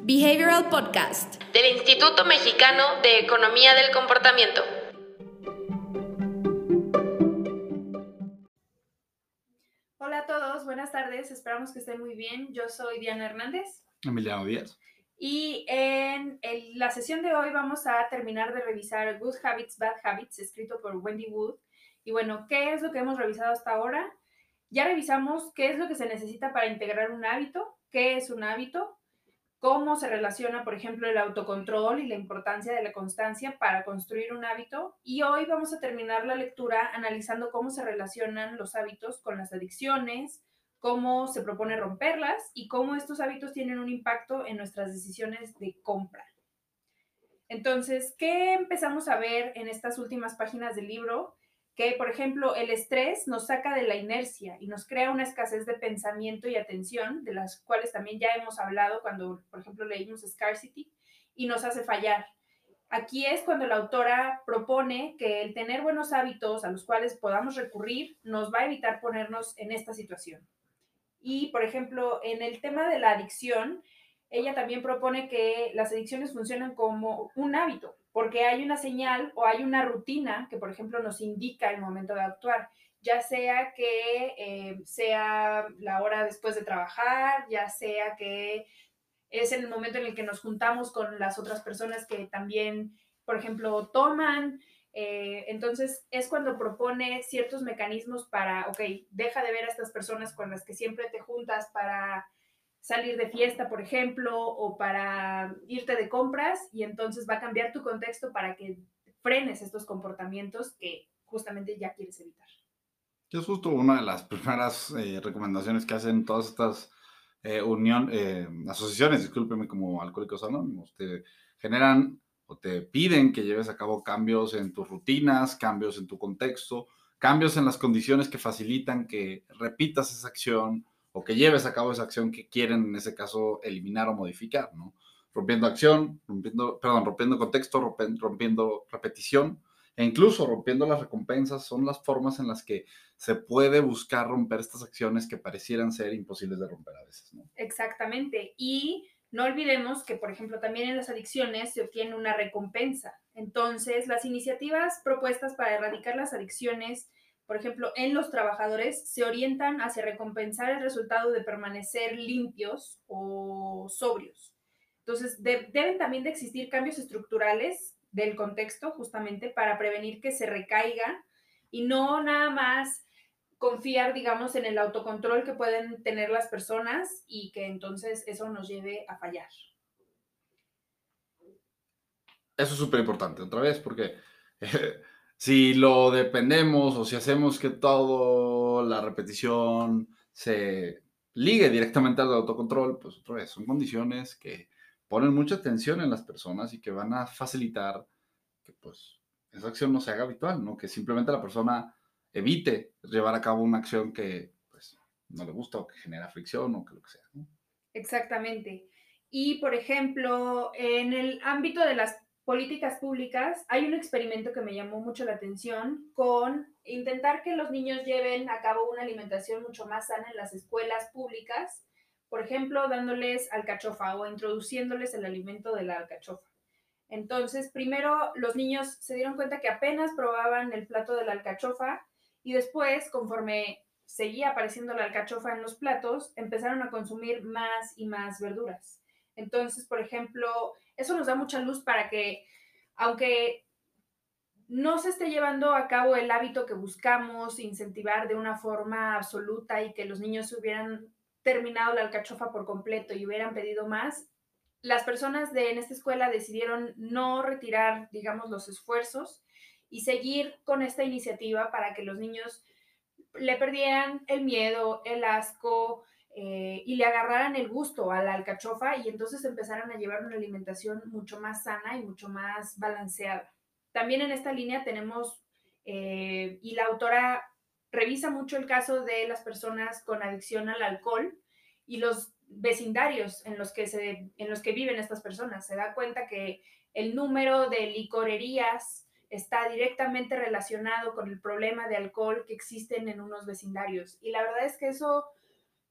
Behavioral Podcast del Instituto Mexicano de Economía del Comportamiento. Hola a todos, buenas tardes, esperamos que estén muy bien. Yo soy Diana Hernández. Emiliano Díaz. Y en la sesión de hoy vamos a terminar de revisar Good Habits, Bad Habits, escrito por Wendy Wood. Y bueno, ¿qué es lo que hemos revisado hasta ahora? Ya revisamos qué es lo que se necesita para integrar un hábito, qué es un hábito, cómo se relaciona, por ejemplo, el autocontrol y la importancia de la constancia para construir un hábito. Y hoy vamos a terminar la lectura analizando cómo se relacionan los hábitos con las adicciones, cómo se propone romperlas y cómo estos hábitos tienen un impacto en nuestras decisiones de compra. Entonces, ¿qué empezamos a ver en estas últimas páginas del libro? Que, por ejemplo, el estrés nos saca de la inercia y nos crea una escasez de pensamiento y atención, de las cuales también ya hemos hablado cuando, por ejemplo, leímos Scarcity, y nos hace fallar. Aquí es cuando la autora propone que el tener buenos hábitos a los cuales podamos recurrir nos va a evitar ponernos en esta situación. Y, por ejemplo, en el tema de la adicción, ella también propone que las adicciones funcionan como un hábito, porque hay una señal o hay una rutina que, por ejemplo, nos indica el momento de actuar, ya sea que sea la hora después de trabajar, ya sea que es el momento en el que nos juntamos con las otras personas que también, por ejemplo, toman. Entonces es cuando propone ciertos mecanismos para, ok, deja de ver a estas personas con las que siempre te juntas para salir de fiesta, por ejemplo, o para irte de compras, y entonces va a cambiar tu contexto para que frenes estos comportamientos que justamente ya quieres evitar. Que es justo una de las primeras recomendaciones que hacen todas estas asociaciones, discúlpeme, como Alcohólicos Anónimos. Te generan o te piden que lleves a cabo cambios en tus rutinas, cambios en tu contexto, cambios en las condiciones que facilitan que repitas esa acción o que lleves a cabo esa acción que quieren, en ese caso, eliminar o modificar, ¿no? Rompiendo acción, rompiendo contexto, rompiendo repetición e incluso rompiendo las recompensas. Son las formas en las que se puede buscar romper estas acciones que parecieran ser imposibles de romper a veces, ¿no? Exactamente. Y no olvidemos que, por ejemplo, también en las adicciones se obtiene una recompensa. Entonces, las iniciativas propuestas para erradicar las adicciones, por ejemplo, en los trabajadores, se orientan hacia recompensar el resultado de permanecer limpios o sobrios. Entonces, deben también de existir cambios estructurales del contexto justamente para prevenir que se recaiga y no nada más confiar, digamos, en el autocontrol que pueden tener las personas y que entonces eso nos lleve a fallar. Eso es súper importante, otra vez, porque si lo dependemos o si hacemos que toda la repetición se ligue directamente al autocontrol, pues otra vez, son condiciones que ponen mucha tensión en las personas y que van a facilitar que pues esa acción no se haga habitual, ¿no? Que simplemente la persona evite llevar a cabo una acción que pues no le gusta o que genera fricción o que lo que sea, ¿no? Exactamente. Y, por ejemplo, en el ámbito de las políticas públicas, hay un experimento que me llamó mucho la atención con intentar que los niños lleven a cabo una alimentación mucho más sana en las escuelas públicas, por ejemplo, dándoles alcachofa o introduciéndoles el alimento de la alcachofa. Entonces, primero los niños se dieron cuenta que apenas probaban el plato de la alcachofa y después, conforme seguía apareciendo la alcachofa en los platos, empezaron a consumir más y más verduras. Entonces, por ejemplo, eso nos da mucha luz para que, aunque no se esté llevando a cabo el hábito que buscamos incentivar de una forma absoluta y que los niños hubieran terminado la alcachofa por completo y hubieran pedido más, las personas en esta escuela decidieron no retirar, digamos, los esfuerzos y seguir con esta iniciativa para que los niños le perdieran el miedo, el asco y le agarraran el gusto a la alcachofa y entonces empezaran a llevar una alimentación mucho más sana y mucho más balanceada. También en esta línea tenemos, y la autora revisa mucho el caso de las personas con adicción al alcohol y los vecindarios en los que viven estas personas. Se da cuenta que el número de licorerías está directamente relacionado con el problema de alcohol que existen en unos vecindarios. Y la verdad es que eso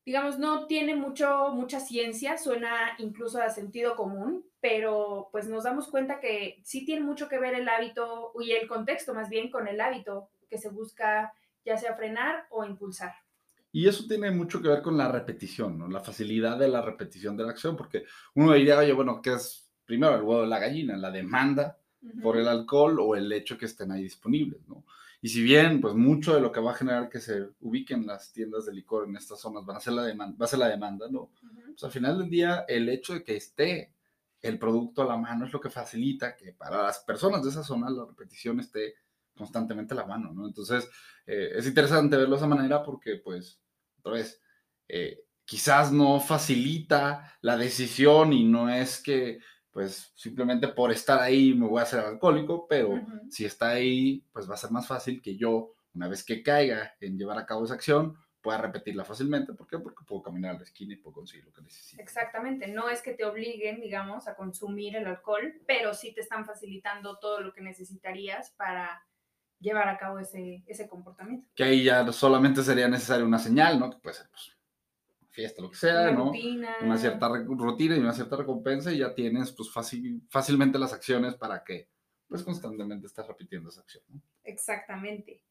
digamos, no tiene mucha ciencia, suena incluso a sentido común, pero pues nos damos cuenta que sí tiene mucho que ver el hábito y el contexto más bien con el hábito que se busca ya sea frenar o impulsar. Y eso tiene mucho que ver con la repetición, ¿no? La facilidad de la repetición de la acción, porque uno diría, oye, bueno, ¿qué es primero el huevo de la gallina? ¿La demanda por el alcohol o el hecho que estén ahí disponibles, ¿no? Y si bien, pues mucho de lo que va a generar que se ubiquen las tiendas de licor en estas zonas van a ser la demanda, va a ser la demanda, ¿no? Pues al final del día, el hecho de que esté el producto a la mano es lo que facilita que para las personas de esa zona la repetición esté constantemente a la mano, ¿no? Entonces, es interesante verlo de esa manera porque, pues, otra vez, quizás no facilita la decisión y no es que, pues, simplemente por estar ahí me voy a hacer alcohólico, pero si está ahí, pues va a ser más fácil que yo, una vez que caiga en llevar a cabo esa acción, pueda repetirla fácilmente. ¿Por qué? Porque puedo caminar a la esquina y puedo conseguir lo que necesito. Exactamente, no es que te obliguen, digamos, a consumir el alcohol, pero sí te están facilitando todo lo que necesitarías para llevar a cabo ese comportamiento. Que ahí ya solamente sería necesaria una señal, ¿no? Que puede ser, pues, fiesta, lo que sea, Una ¿no? rutina. Una cierta rutina y una cierta recompensa y ya tienes, pues, fácilmente las acciones para que, pues, constantemente estés repitiendo esa acción, ¿no? Exactamente.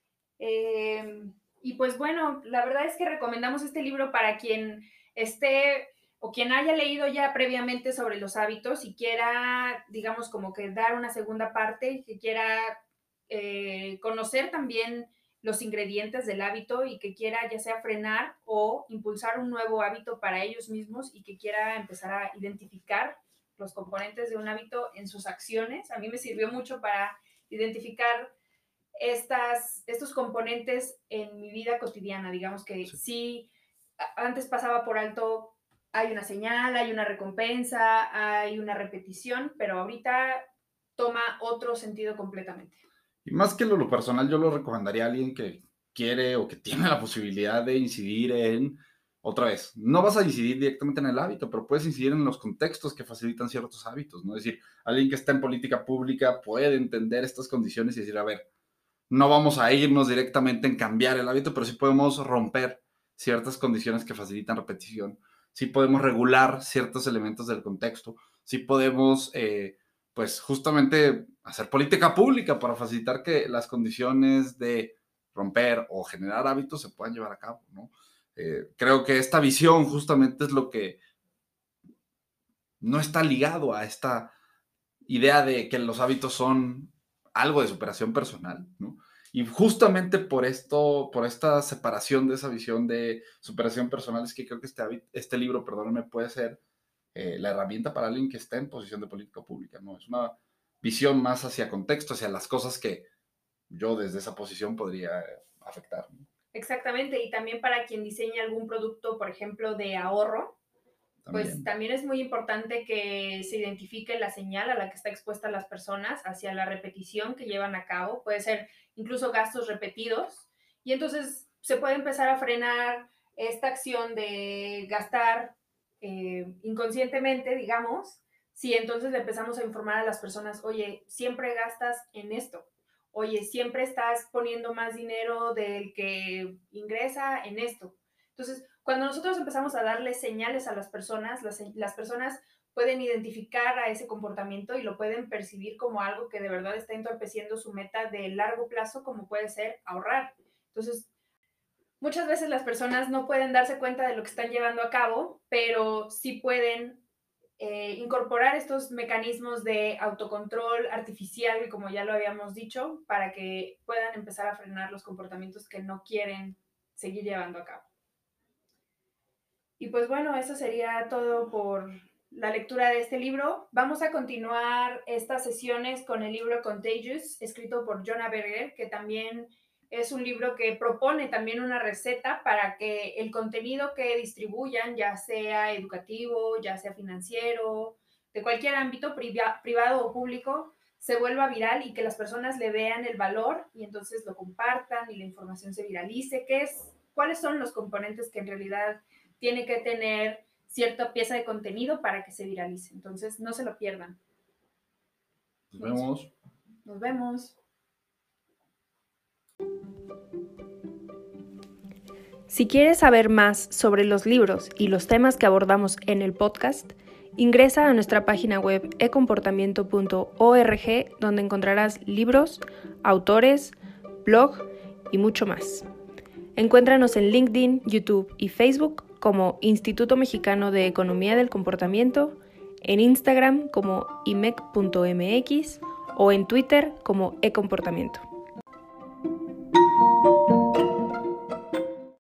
Y pues bueno, la verdad es que recomendamos este libro para quien esté o quien haya leído ya previamente sobre los hábitos y quiera, digamos, como que dar una segunda parte, que quiera conocer también los ingredientes del hábito y que quiera ya sea frenar o impulsar un nuevo hábito para ellos mismos y que quiera empezar a identificar los componentes de un hábito en sus acciones. A mí me sirvió mucho para identificar estos componentes en mi vida cotidiana. Digamos que Sí. sí, antes pasaba por alto, hay una señal, hay una recompensa, hay una repetición, pero ahorita toma otro sentido completamente. Y más que lo personal, yo lo recomendaría a alguien que quiere o que tiene la posibilidad de incidir en, otra vez, no vas a incidir directamente en el hábito, pero puedes incidir en los contextos que facilitan ciertos hábitos, ¿no? Es decir, alguien que está en política pública puede entender estas condiciones y decir, a ver, no vamos a irnos directamente en cambiar el hábito, pero sí podemos romper ciertas condiciones que facilitan repetición, sí podemos regular ciertos elementos del contexto, sí podemos, pues justamente hacer política pública para facilitar que las condiciones de romper o generar hábitos se puedan llevar a cabo, ¿no? Creo que esta visión justamente es lo que no está ligado a esta idea de que los hábitos son algo de superación personal, ¿no? Y justamente por esto, por esta separación de esa visión de superación personal, es que creo que este libro, perdóname, puede ser la herramienta para alguien que está en posición de política pública, ¿no? Es una visión más hacia contexto, hacia las cosas que yo desde esa posición podría afectar, ¿no? Exactamente, y también para quien diseña algún producto, por ejemplo, de ahorro, pues También. también es muy importante que se identifique la señal a la que está expuesta las personas hacia la repetición que llevan a cabo. Puede ser incluso gastos repetidos. Y entonces se puede empezar a frenar esta acción de gastar inconscientemente, digamos, si entonces le empezamos a informar a las personas, oye, siempre gastas en esto. Oye, siempre estás poniendo más dinero del que ingresa en esto. Entonces, cuando nosotros empezamos a darle señales a las personas, las personas pueden identificar a ese comportamiento y lo pueden percibir como algo que de verdad está entorpeciendo su meta de largo plazo, como puede ser ahorrar. Entonces, muchas veces las personas no pueden darse cuenta de lo que están llevando a cabo, pero sí pueden incorporar estos mecanismos de autocontrol artificial, como ya lo habíamos dicho, para que puedan empezar a frenar los comportamientos que no quieren seguir llevando a cabo. Y pues bueno, eso sería todo por la lectura de este libro. Vamos a continuar estas sesiones con el libro Contagious, escrito por Jonah Berger, que también es un libro que propone también una receta para que el contenido que distribuyan, ya sea educativo, ya sea financiero, de cualquier ámbito, privado o público, se vuelva viral y que las personas le vean el valor y entonces lo compartan y la información se viralice. ¿Cuáles son los componentes que en realidad tiene que tener cierta pieza de contenido para que se viralice? Entonces, no se lo pierdan. Nos vemos. Nos vemos. Si quieres saber más sobre los libros y los temas que abordamos en el podcast, ingresa a nuestra página web ecomportamiento.org, donde encontrarás libros, autores, blog y mucho más. Encuéntranos en LinkedIn, YouTube y Facebook como Instituto Mexicano de Economía del Comportamiento, en Instagram como imec.mx o en Twitter como ecomportamiento.